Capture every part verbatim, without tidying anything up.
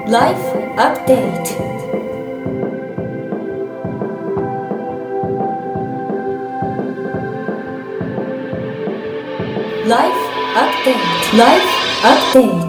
Life Update Life Update Life Update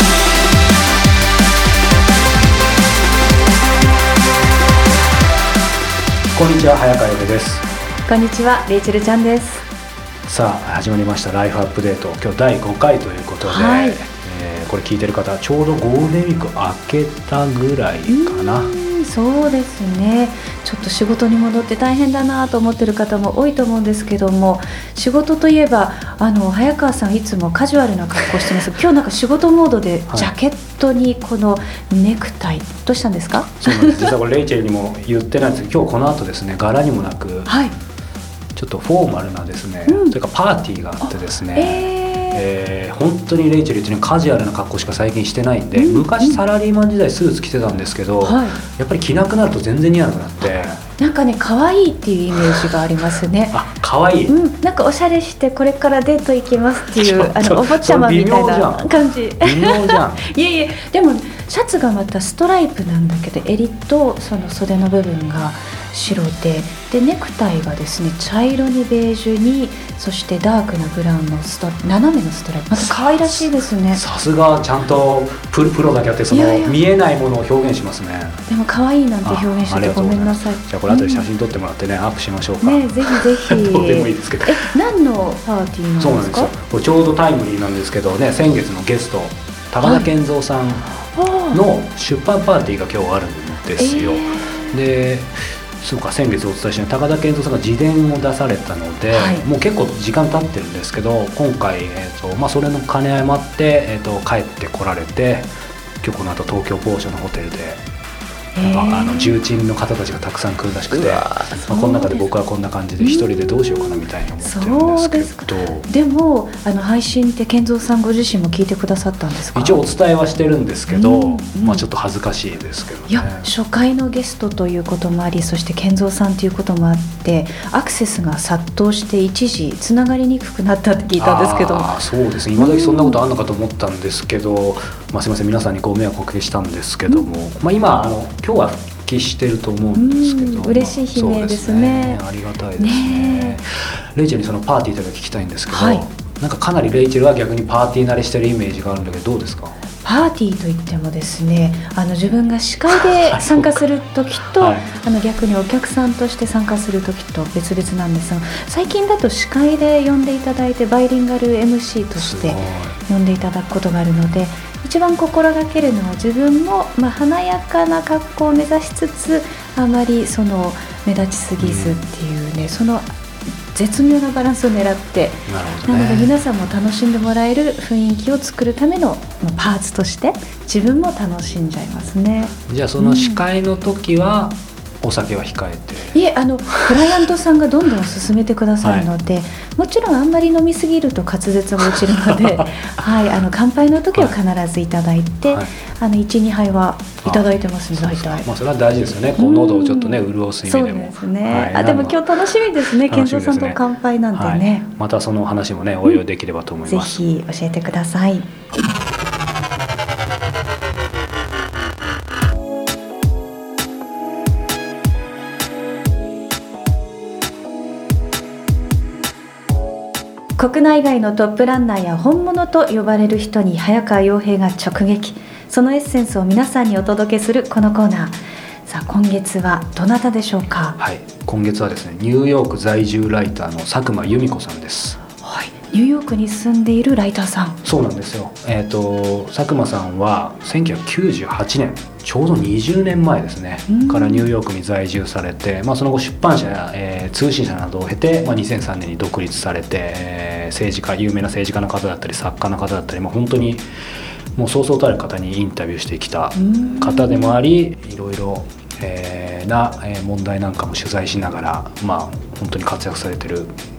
こんにちは、早川由美です。 こんにちは、レイチェルちゃんです。 さあ始まりましたライフアップデート。今日だいごかいということで、はい、えー、これ聞いてる方ちょうどゴールデンウィーク明けたぐらいかな。 そうですね。ちょっと仕事に戻って大変だなと思ってる方も多いと思うんですけども、仕事といえばあの早川さんいつもカジュアルな格好してます。今日なんか仕事モードでジャケットにこのネクタイ、はい、どうしたんですか？ そうなんです。実はこれレイチェルにも言ってないんですけど、今日この後ですね、柄にもなく、はい、ちょっとフォーマルなですね、うん、それからパーティーがあってですね、えーえー、本当にレイチェル言ってるカジュアルな格好しか最近してないんで、うん、昔サラリーマン時代スーツ着てたんですけど、はい、やっぱり着なくなると全然似合わなくなって、 なんかね可愛いっていうイメージがありますね。 あ、可愛い、 うん、なんかおしゃれしてこれからデート行きますっていうあのお坊ちゃまみたいな感じ。 微妙じゃんいえいえ、でもシャツがまたストライプなんだけど、襟とその袖の部分が白で、でネクタイがですね茶色にベージュに、そしてダークなブラウンのスト斜めのストライプ、また可愛らしいですね。 さすがちゃんとプロ、プロだけあって、そのいやいや見えないものを表現しますね。 でも可愛いなんて表現しててごめんなさい。 じゃあこれ後で写真撮ってもらってね、うん、アップしましょうかね。ぜひぜひどうでもいいですけど。 え、何のパーティーなんですか？ そうなんですよ。これちょうどタイムリーなんですけどね、先月のゲスト高田健三さんの出版パーティーが今日あるんですよ、えー、でそうか、先月お伝えした高田健三さんが自伝を出されたので、はい、もう結構時間経ってるんですけど、今回、えーとまあ、それの兼ね合いもあって、えーと帰ってこられて、今日この後東京某所のホテルでなんかあの重鎮の方たちがたくさん来るらしくて、まあ、この中で僕はこんな感じで一人でどうしようかなみたいに思ってるんですけど、 でもあの配信って健三さんご自身も聞いてくださったんですか？ 一応お伝えはしてるんですけど、うんうん、まあ、ちょっと恥ずかしいですけどね。 いや、初回のゲストということもあり、そして健三さんということもあってアクセスが殺到して一時つながりにくくなったって聞いたんですけど。 あ、そうですね、今時そんなことあんのかと思ったんですけど、うん、まあ、すいません、皆さんにご迷惑をおかけしたんですけども、うん、まあ、今あの今日は復帰してると思うんですけど、 うん、嬉しい悲鳴ですね。 ありがたいですね。レイチェルにそのパーティーとか聞きたいんですけど、はい、なんかかなりレイチェルは逆にパーティー慣れしてるイメージがあるんだけど、どうですか？ パーティーといってもですね、あの自分が司会で参加する時と、はい、あの逆にお客さんとして参加する時と別々なんですが、最近だと司会で呼んでいただいてバイリンガル エムシー として呼んでいただくことがあるので、一番心がけるのは自分も、まあ、華やかな格好を目指しつつ、あまりその目立ちすぎずっていうね、うん、その絶妙なバランスを狙って、 なるほどね、なので皆さんも楽しんでもらえる雰囲気を作るためのパーツとして自分も楽しんじゃいますね。 じゃあその司会の時は、うん、お酒は控えて？ いえ、あのクライアントさんがどんどん勧めてくださるので、はい、もちろんあんまり飲みすぎると滑舌が落ちるので、はい、あの乾杯の時は必ずいただいて、はい、あの いち,に 杯はいただいてますね、大体。 まあ、それは大事ですよね、こう喉をちょっとね潤す意味でも。 そうですね、はい、あでも今日楽しみですね、健三さんと乾杯なんてね、はい、 またその話もね応用できればと思います、 うん、ぜひ教えてください。国内外のトップランナーや本物と呼ばれる人に早川洋平が直撃、そのエッセンスを皆さんにお届けするこのコーナー。さあ今月はどなたでしょうか？ はい、今月はですね、ニューヨーク在住ライターの佐久間由美子さんです。 はい、ニューヨークに住んでいるライターさん。 そうなんですよ、えーと、佐久間さんはせんきゅうひゃくきゅうじゅうはちねん、ちょうどにじゅうねんまえですねからニューヨークに在住されて、まあ、その後出版社や、えー、通信社などを経て、まあ、にせんさんねんに独立されて、えー、政治家有名な政治家の方だったり作家の方だったり、まあ、本当にもうそうそうたる方にインタビューしてきた方でもあり、いろいろ、えー、な問題なんかも取材しながら、まあ、本当に活躍されてる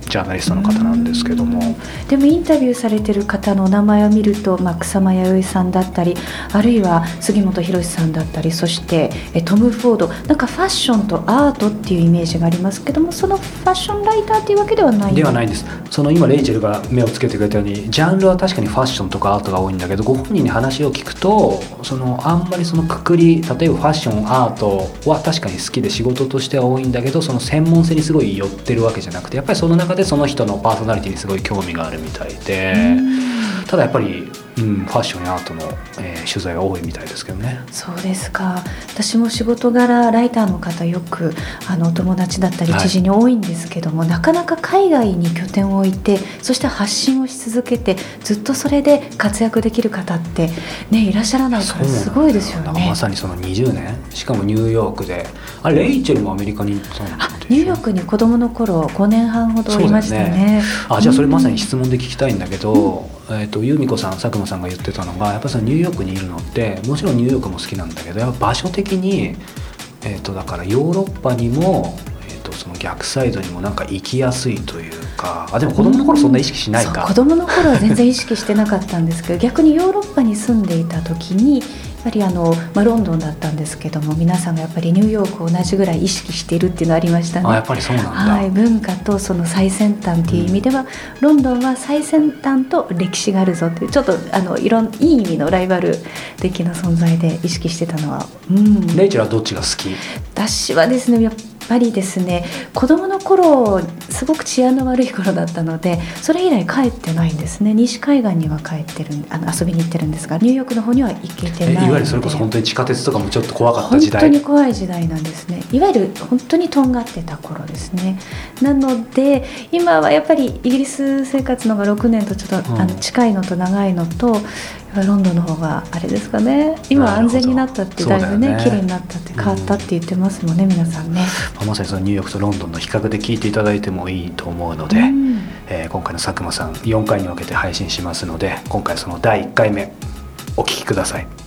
ジャーナリストの方なんですけども、 でもインタビューされてる方のお名前を見ると、まあ、草間彌生さんだったり、あるいは杉本博さんだったり、そしてえトム・フォード、なんかファッションとアートっていうイメージがありますけども、そのファッションライターっていうわけではないではないんです。その今レイチェルが目をつけてくれたように、ジャンルは確かにファッションとかアートが多いんだけど、ご本人に話を聞くと、そのあんまりそのくくり、例えばファッションアートは確かに好きで仕事としては多いんだけど、その専門性にすごい寄ってるわけじゃなくて、やっぱりその中でその人のパーソナリティにすごい興味があるみたいで、ただやっぱり、うん、ファッションやアートの、えー、取材が多いみたいですけどね。 そうですか。私も仕事柄ライターの方よくあのお友達だったり知人に多いんですけども、はい、なかなか海外に拠点を置いて、そして発信をし続けて、ずっとそれで活躍できる方って、ね、いらっしゃらないからすごいですよね。 なんかまさにそのにじゅうねん、しかもニューヨークで、あれレイチェルもアメリカに行ったんでしょ。あ、 ニューヨークに子供の頃ごねんはんほどいました ね, ねあじゃあそれまさに質問で聞きたいんだけど、うんえー、と由美子さん、佐久間さんが言ってたのが、やっぱりそのニューヨークにいるのって、もちろんニューヨークも好きなんだけど、やっぱ場所的に、えー、とだからヨーロッパにも、えー、とその逆サイドにもなんか行きやすいというか、あでも子供の頃そんな意識しないか、 うん、子供の頃は全然意識してなかったんですけど逆にヨーロッパに住んでいた時にやっぱりあの、まあ、ロンドンだったんですけども、皆さんがやっぱりニューヨークを同じぐらい意識しているっていうのありましたね。 あやっぱりそうなんだ、 はい、文化とその最先端っていう意味では、うん、ロンドンは最先端と歴史があるぞっていう、ちょっとあのいろんいい意味のライバル的な存在で意識してたのは、うん、 レイチェルはどっちが好き？ 私はですね、やっぱりですね、子供の頃すごく治安の悪い頃だったので、それ以来帰ってないんですね。西海岸には帰ってるあの遊びに行ってるんですが、ニューヨークの方には行けてないので、 いわゆるそれこそ本当に地下鉄とかもちょっと怖かった時代、 本当に怖い時代なんですね。いわゆる本当にとんがってた頃ですね。なので今はやっぱりイギリス生活のがろくねんとちょっと、うん、あの近いのと長いのと、ロンドンの方があれですかね、今は安全になったって、だいぶね綺麗になったって変わったって言ってますもんね、うん、皆さんね。 まさにそのニューヨークとロンドンの比較で聞いていただいてもいいと思うので、うんえー、今回の佐久間さんよんかいに分けて配信しますので、今回そのだいいっかいめお聞きください。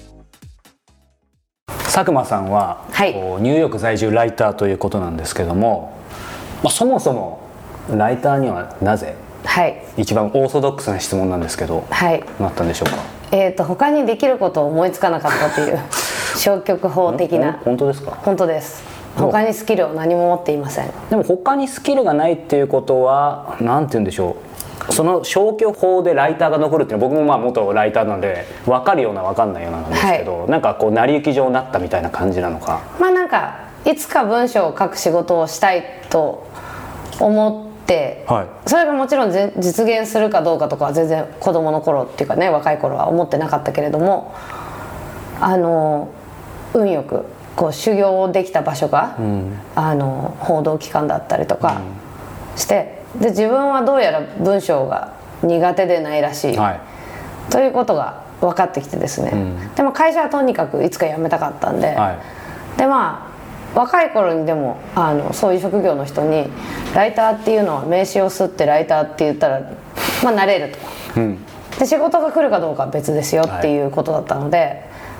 佐久間さんは、はい、ニューヨーク在住ライターということなんですけども、まあ、そもそもライターにはなぜ、 はい、 一番オーソドックスな質問なんですけど、はい、なったんでしょうか？ えーと、他にできることを思いつかなかったという消極法的な。 本当ですか？ 本当です。他にスキルを何も持っていません。 でも他にスキルがないっていうことはなんて言うんでしょう、その消去法でライターが残るっていうのは、僕もまあ元ライターなので分かるような分かんないようななんですけど、はい、なんかこう成り行き上になったみたいな感じなのか。 まあなんかいつか文章を書く仕事をしたいと思って、はい、それがもちろん実現するかどうかとかは全然子供の頃っていうかね、若い頃は思ってなかったけれども、あの運よくこう修行できた場所が、うん、あの報道機関だったりとかして、うん、で自分はどうやら文章が苦手でないらしい、はい、ということが分かってきてですね、うん、でも会社はとにかくいつか辞めたかったんで、はい、でまあ若い頃にでもあのそういう職業の人にライターっていうのは名刺を吸ってライターって言ったらまあなれると、うん、で仕事が来るかどうかは別ですよっていうことだったので、はい、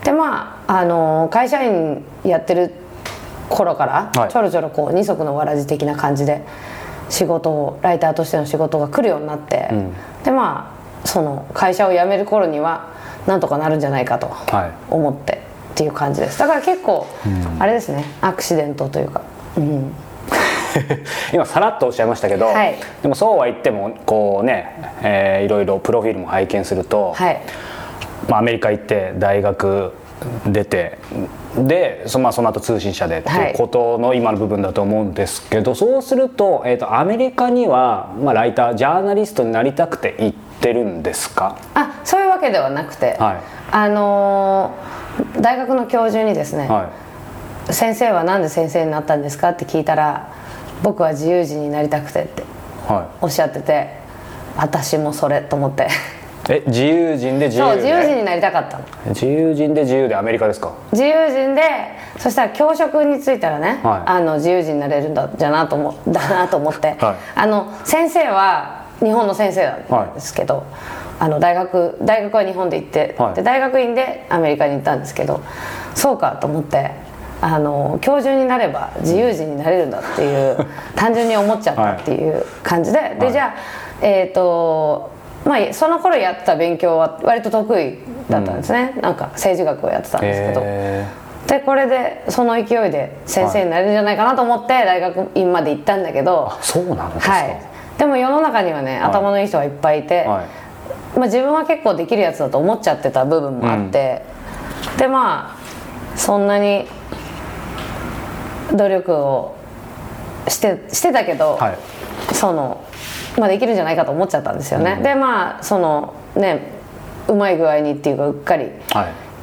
でまああの会社員やってる頃からちょろちょろこう二足のわらじ的な感じで仕事をライターとしての仕事が来るようになって、うん、でまあその会社を辞める頃にはなんとかなるんじゃないかと思って、はいっていう感じです。だから結構、うん、あれですね、アクシデントというか、うん、 今さらっとおっしゃいましたけど、はい、でもそうは言ってもこうね、えー、いろいろプロフィールも拝見すると、はいまあ、アメリカ行って大学出てで そ,、まあ、その後通信社でっていうことの今の部分だと思うんですけど、はい、そうすると、えーと、アメリカには、まあ、ライタージャーナリストになりたくて行ってるんですか？ あ、そういうわけではなくて、はい、あのー大学の教授にですね、はい、先生はなんで先生になったんですかって聞いたら、僕は自由人になりたくてっておっしゃってて、はい、私もそれと思ってえ自由人で自由で、 そう自由人になりたかったの。 自由人で自由でアメリカですか？ 自由人で、そしたら教職に就いたらね、はい、あの自由人になれるんだじゃなと思だなと思って、はい、あの先生は日本の先生なんですけど、はい、あの大学大学は日本で行って、はい、で大学院でアメリカに行ったんですけど、そうかと思って、 あの教授になれば自由人になれるんだっていう単純に思っちゃったっていう感じで、はい、でじゃあえっ、ー、とまあその頃やってた勉強は割と得意だったんですね、うん、なんか政治学をやってたんですけど、えー、でこれでその勢いで先生になれるんじゃないかなと思って大学院まで行ったんだけど、 あ、そうなんですか、 はい、でも世の中にはね、はい、頭のいい人がいっぱいいて、はい、まあ、自分は結構できるやつだと思っちゃってた部分もあって、うん、でまあそんなに努力をしてしてたけど、はい、その、まあ、できるんじゃないかと思っちゃったんですよね、うん、でまあそのねうまい具合にっていうかうっかり、はい、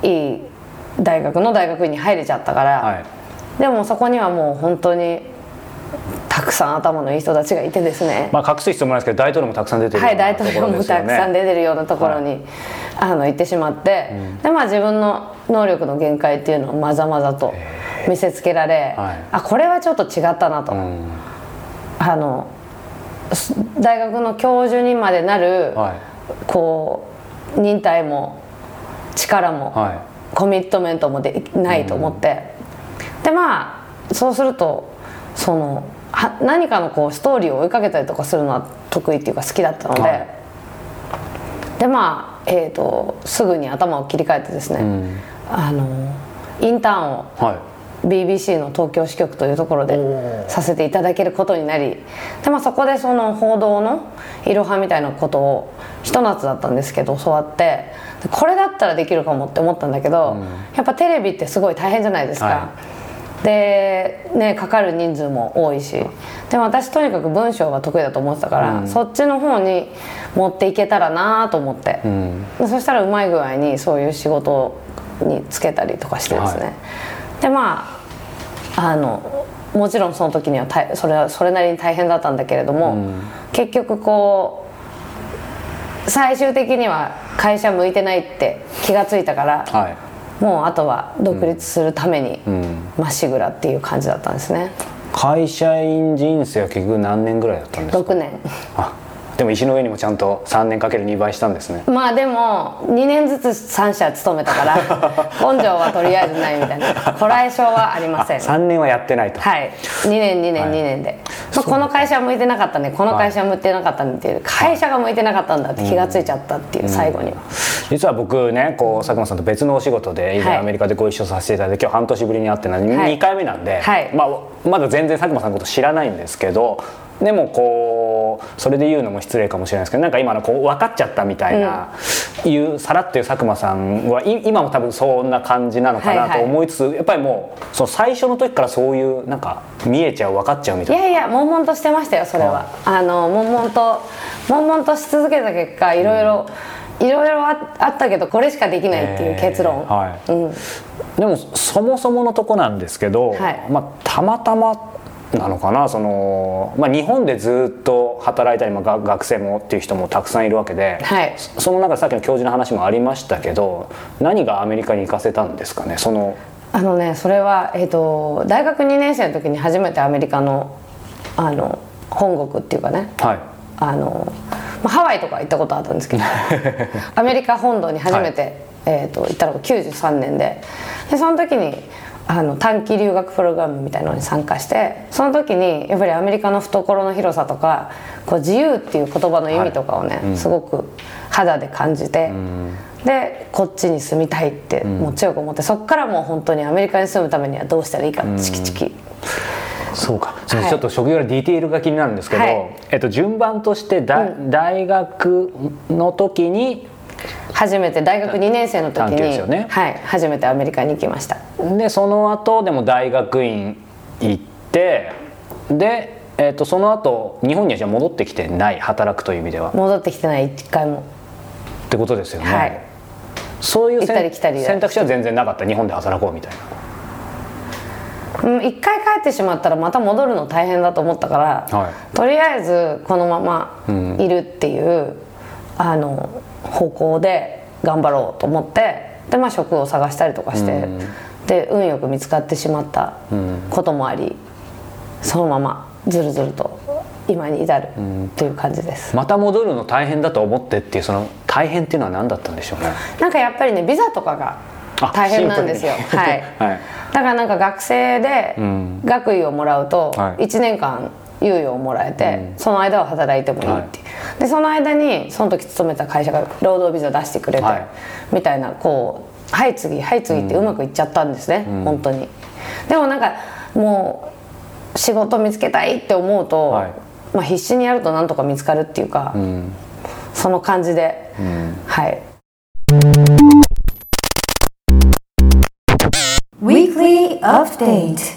いい大学の大学院に入れちゃったから、はい、でもそこにはもう本当にたくさん頭のいい人たちがいてですね、 まあ、隠す必要もないですけど大統領もたくさん出てるようなところですよね。はい、大統領もたくさん出てるようなところに、はい、あの行ってしまって、うん、でまあ自分の能力の限界っていうのをまざまざと見せつけられ、はい、あこれはちょっと違ったなと、うん、あの大学の教授にまでなる、はい、こう忍耐も力も、はい、コミットメントもでないと思って、うん、でまあそうするとそのは何かのこうストーリーを追いかけたりとかするのは得意っていうか好きだったので、はい、でまあ、えーと、すぐに頭を切り替えてですね、うん、あのインターンを、はい、ビービーシー の東京支局というところでさせていただけることになり、で、まあ、そこでその報道のいろはみたいなことをひと夏だったんですけど教わって、これだったらできるかもって思ったんだけど、うん、やっぱテレビってすごい大変じゃないですか、はい、で、ね、かかる人数も多いし、でも私とにかく文章が得意だと思ってたから、うん、そっちの方に持っていけたらなと思って、うん、そしたらうまい具合にそういう仕事に就けたりとかしてですね、はい、でまああのもちろんその時にはたそれはそれなりに大変だったんだけれども、うん、結局こう最終的には会社向いてないって気がついたから、はい、もうあとは独立するためにまっしぐらっていう感じだったんですね。 会社員人生は結局何年ぐらいだったんですか？ ろくねん。 あ、でも石の上にもちゃんとさんねんかけるにばいしたんですね。 まあでもにねんずつさん社勤めたから根性はとりあえずないみたいな、こらえ性はありません。 さんねんはやってないと。 はい、にねんにねんにねんで、はい、まあ、この会社は向いてなかったね、この会社は向いてなかったねっていう、会社が向いてなかったんだって気がついちゃったっていう、うん、最後には、うん、 実は僕ね、こう佐久間さんと別のお仕事で以前アメリカでご一緒させていただいて、今日半年ぶりに会ってのはにかいめなんで、はい、まあ、まだ全然佐久間さんのこと知らないんですけど、でもこうそれで言うのも失礼かもしれないですけど、なんか今のこう分かっちゃったみたいな、うん、いうさらっていう佐久間さんは今も多分そんな感じなのかなと思いつつ、はいはい、やっぱりもうその最初の時からそういうなんか見えちゃう、分かっちゃうみたいな。 いやいや、悶々としてましたよそれは。あの悶々と悶々とし続けた結果、いろいろ、うん、いろいろあったけどこれしかできないっていう結論、はい、うん、 でもそもそものとこなんですけど、はい、まあ、たまたまなのかな、その、まあ、日本でずっと働いたり、まあ、学生もっていう人もたくさんいるわけで、はい、その中でさっきの教授の話もありましたけど、何がアメリカに行かせたんですかね。そのあのね、それは、えーと、大学にねん生の時に初めてアメリカの、あの本国っていうかね、はい、あのまあ、ハワイとか行ったことあったんですけどアメリカ本土に初めて、はい、えーと、行ったのがきゅうじゅうさんねんで、でその時にあの短期留学プログラムみたいなのに参加して、その時にやっぱりアメリカの懐の広さとか、こう自由っていう言葉の意味とかをね、はい、うん、すごく肌で感じて、うん、でこっちに住みたいってもう強く思って、うん、そこからもう本当にアメリカに住むためにはどうしたらいいかチキチキ、うん、 そうか、はい、ちょっと職業のディテールが気になるんですけど、はい、えっと、順番としてだ、うん、大学の時に初めて大学にねん生の時に、ね、はい、初めてアメリカに行きました。 でその後でも大学院行って、で、えー、とその後日本にはじゃあ戻ってきてない、働くという意味では戻ってきてない、一回もってことですよね。はい、そういう選択肢は全然なかった、日本で働こうみたいな。うん、一回帰ってしまったらまた戻るの大変だと思ったから、はい、とりあえずこのままいるっていう、うん、あの方向で頑張ろうと思って、で、まあ、職を探したりとかして、うん、で運よく見つかってしまったこともあり、うん、そのままずるずると今に至るという感じです。 また戻るの大変だと思ってっていう、その大変っていうのは何だったんでしょうね。 なんかやっぱりね、ビザとかが大変なんですよ、はい、はい、だからなんか学生で学位をもらうといちねんかん猶予をもらえて、うん、その間は働いてもいいって、はい、でその間にその時勤めた会社が労働ビザ出してくれて、はい、みたいなこうはい次はい次ってうまくいっちゃったんですね、うん、本当に。でもなんかもう仕事見つけたいって思うと、はい、まあ、必死にやるとなんとか見つかるっていうか、うん、その感じで、うん、はい。 Weekly Update。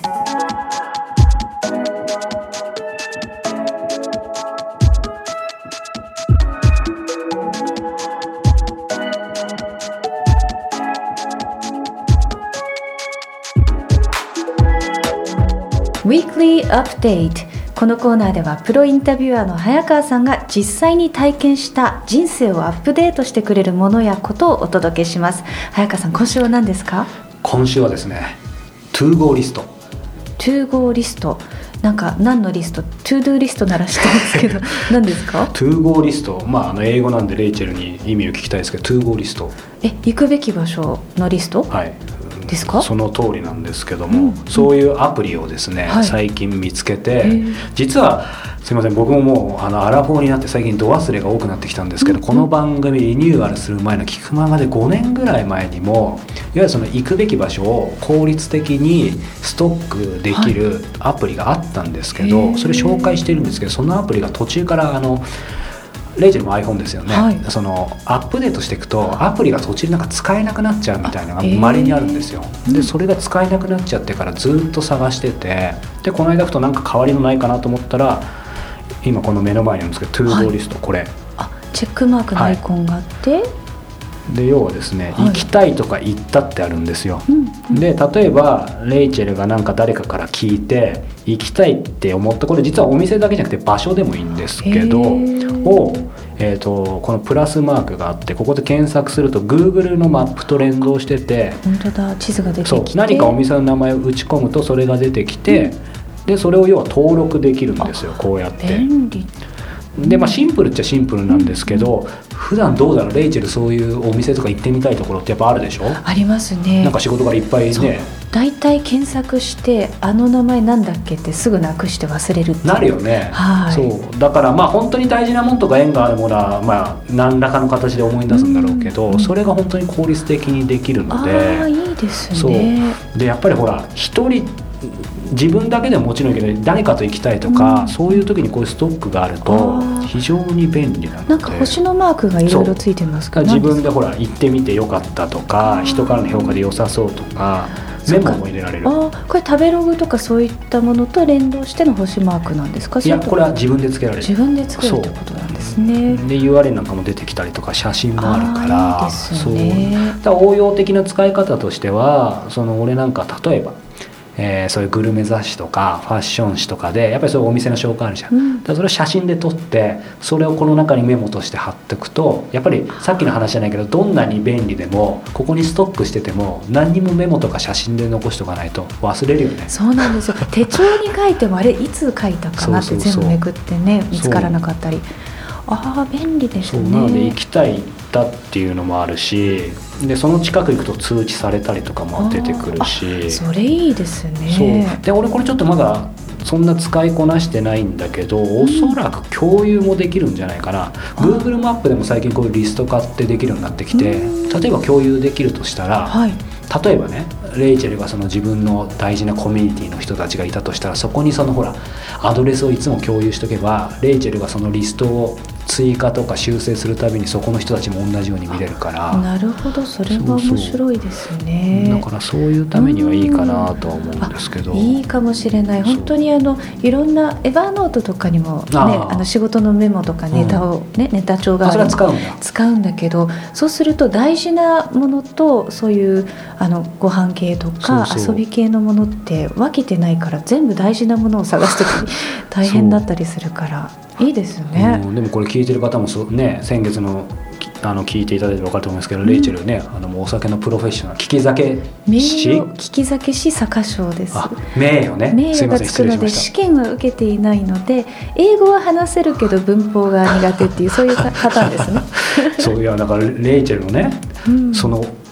Weekly Update。このコーナーではプロインタビュアーの早川さんが実際に体験した人生をアップデートしてくれるものやことをお届けします。早川さん、今週は何ですか？ 今週はですね、トゥーゴーリスト。 トゥーゴーリスト、なんか何のリスト？トゥードゥーリストなら知ってますけど何ですか？ トゥーゴーリスト、まあ、あの英語なんでレイチェルに意味を聞きたいですけど、トゥーゴーリスト、 え、行くべき場所のリスト？はい、ですか？ その通りなんですけども、うん、そういうアプリをですね、はい、最近見つけて、実はすいません、僕ももうあのアラフォーになって最近度忘れが多くなってきたんですけど、うん、この番組リニューアルする前の聞くままでごねんぐらい前にも、いわゆるその行くべき場所を効率的にストックできるアプリがあったんですけど、はい、それ紹介してるんですけど、そのアプリが途中からあのレイチェルも iPhone ですよね、はい、そのアップデートしていくとアプリが途中でなんか使えなくなっちゃうみたいなのが稀にあるんですよ。でそれが使えなくなっちゃってからずっと探してて、でこの間ふとなんか変わりのないかなと思ったら、今この目の前にあるんですけど、トゥーゴーリスト、これあチェックマークのアイコンがあって、はい、 で要はですね、はい、行きたいとか行ったってあるんですよ、うんうん、で例えばレイチェルがなんか誰かから聞いて行きたいって思った、これ実はお店だけじゃなくて場所でもいいんですけどを、えーと、このプラスマークがあって、ここで検索すると Google のマップと連動してて、 本当だ、地図が出てきて、そう何かお店の名前を打ち込むとそれが出てきて、うん、でそれを要は登録できるんですよ、こうやって。 便利で、まあ、シンプルっちゃシンプルなんですけど、うん、普段どうだろう、レイチェルそういうお店とか行ってみたいところってやっぱあるでしょ？ ありますね。 なんか仕事がいっぱいね、 だいたい検索してあの名前なんだっけってすぐなくして忘れるってなるよね、はい、そうだからまあ本当に大事なものとか縁があるものは、まあ、何らかの形で思い出すんだろうけど、うん、それが本当に効率的にできるので、 あ、いいですね。 そうでやっぱりほら一人自分だけでももちろんいいけど、誰かと行きたいとか、うん、そういう時にこういうストックがあると非常に便利なので、 なんか星のマークがいろいろついてますか？ 自分でほら行ってみてよかったとか、人からの評価で良さそうとか、メモも入れられる。 あ、これ食べログとかそういったものと連動しての星マークなんですか？ いや、これは自分でつけられる。 自分でつけるってことなんですね。 で ユーアールエル なんかも出てきたりとか、写真もあるから、 いいですね。 そうだから応用的な使い方としては、その俺なんか例えばえー、そういうグルメ雑誌とかファッション誌とかでやっぱりそういうお店の紹介あるじゃん、うん、だからそれを写真で撮ってそれをこの中にメモとして貼っておくと、やっぱりさっきの話じゃないけど、どんなに便利でもここにストックしてても何にもメモとか写真で残しておかないと忘れるよね。 そうなんですよ。手帳に書いてもあれいつ書いたかなって全部めくってね、見つからなかったり、ああ便利ですね。 そうなので行きたい行ったっていうのもあるし、でその近く行くと通知されたりとかも出てくるし、 それいいですね。 そうで俺これちょっとまだそんな使いこなしてないんだけど、おそらく共有もできるんじゃないかな、うん、Google マップでも最近こういうリスト化ってできるようになってきて、例えば共有できるとしたら、はい、例えばねレイチェルがその自分の大事なコミュニティの人たちがいたとしたら、そこにそのほらアドレスをいつも共有しとけば、レイチェルがそのリストを追加とか修正するたびにそこの人たちも同じように見れるから。 なるほど、それは面白いですね。 そうそう、だからそういうためにはいいかなとは思うんですけど、 いいかもしれない。本当にあのいろんなエヴァーノートとかにも、ね、ああの仕事のメモとかネタを、ね、うん、ネタ帳がある、 使うんだ使うんだけど、そうすると大事なものとそういうあのご飯系とかそうそう遊び系のものって分けてないから、全部大事なものを探すときに大変だったりするからいいですよね。 うん、でもこれ聞いてる方もそ、ね、先月のあの聞いていただいて分かると思いますけど、うん、レイチェルね、あのもうお酒のプロフェッショナル、利き酒師、 利き酒師酒匠です。 あ、名誉ね。 名誉がつくので試験は受けていないので、英語は話せるけど文法が苦手っていうそういうパターンですね。 そういやだからレイチェルのね、うん、その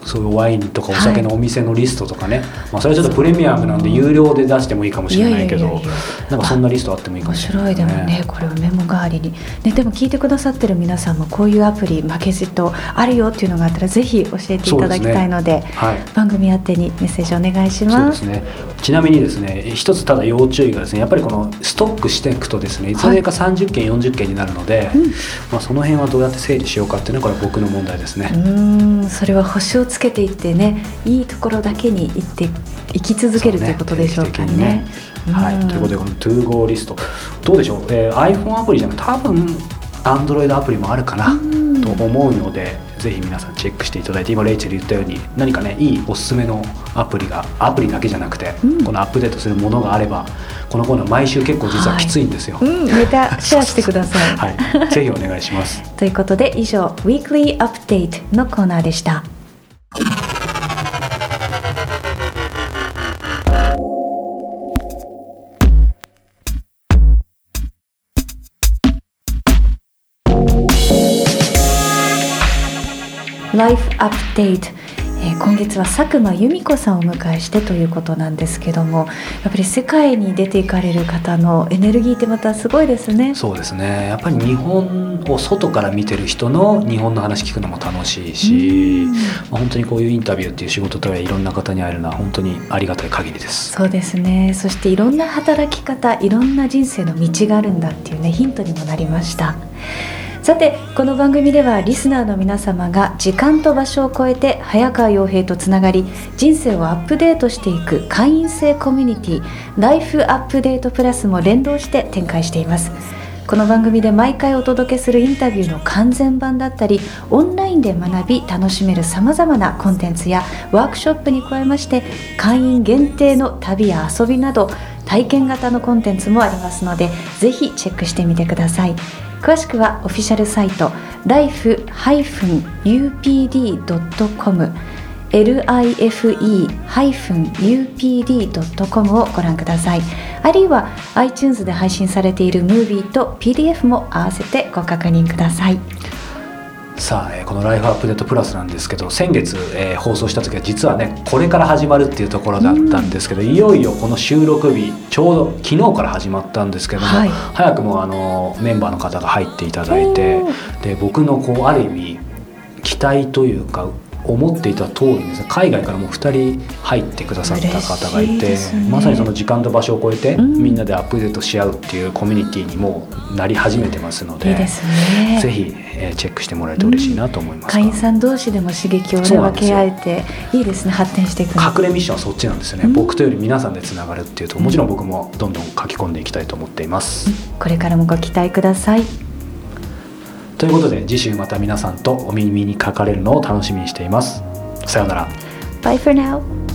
そういうワインとかお酒のお店のリストとかね、はい、まあ、それはちょっとプレミアムなんで有料で出してもいいかもしれないけど、いやいやいやいや、なんかそんなリストあってもいいかもしれない、ね、 面白い。でもね、これをメモ代わりに、ね、でも聞いてくださってる皆さんもこういうアプリ負けじとあるよっていうのがあったらぜひ教えていただきたいの で, で、ね、はい、番組宛てにメッセージお願いします。 そうですね。ちなみにですね、一つただ要注意がですね、やっぱりこのストックしていくとですね、いつの間にかさんじゅっけん、よんじゅっけんになるので、うん、まあ、その辺はどうやって整理しようかっていうのはこれは僕の問題ですね。 うーん、それは星をつけていってね、いいところだけに行って行き続ける、ね、ということでしょうかね。 ね、はい、ということでこの トゥーゴー リストどうでしょう、えー、iPhone アプリじゃなくて多分 Android アプリもあるかなと思うので、ぜひ皆さんチェックしていただいて、今レイチェル言ったように何かね、いいおすすめのアプリが、アプリだけじゃなくて、うん、このアップデートするものがあれば、このコーナー毎週結構実はきついんですよ、はい、 うん、ネタシェアしてくださいはい、ぜひお願いしますということで以上 Weekly Update のコーナーでした。ライフアップデート、えー、今月は佐久間由美子さんをお迎えしてということなんですけども、やっぱり世界に出ていかれる方のエネルギーってまたすごいですね。 そうですね。やっぱり日本を外から見てる人の日本の話聞くのも楽しいし、まあ、本当にこういうインタビューっていう仕事とはいろんな方に会えるのは本当にありがたい限りです。 そうですね。そしていろんな働き方、いろんな人生の道があるんだっていうね、ヒントにもなりました。さて、この番組ではリスナーの皆様が時間と場所を超えて早川洋平とつながり、人生をアップデートしていく会員制コミュニティライフアップデートプラスも連動して展開しています。この番組で毎回お届けするインタビューの完全版だったり、オンラインで学び楽しめるさまざまなコンテンツやワークショップに加えまして、会員限定の旅や遊びなど体験型のコンテンツもありますので、ぜひチェックしてみてください。詳しくはオフィシャルサイト ライフ ユーピーディー ドットコム ライフ ユーピーディー ドットコム をご覧ください。あるいは iTunes で配信されているムービーと ピーディーエフ も合わせてご確認ください。 さあ、このライフアップデートプラスなんですけど、先月、えー、放送した時は実はね、これから始まるっていうところだったんですけど、いよいよこの収録日ちょうど昨日から始まったんですけども、はい、早くもあのメンバーの方が入っていただいて、で僕のこうある意味期待というか思っていた通りにですね、海外からもふたり入ってくださった方がいて、ね、まさにその時間と場所を超えて、うん、みんなでアップデートし合うっていうコミュニティにもなり始めてますので、 いいですね、 ぜひ、えー、チェックしてもらえると嬉しいなと思います、 うん、会員さん同士でも刺激を分け合えていいですね。発展していく隠れミッションはそっちなんですよね、うん、僕とより皆さんでつながるっていうと、もちろん僕もどんどん書き込んでいきたいと思っています、うん、 これからもご期待ください。 ということで、次週また皆さんとお耳にかかれるのを楽しみにしています。さようなら。 Bye for now.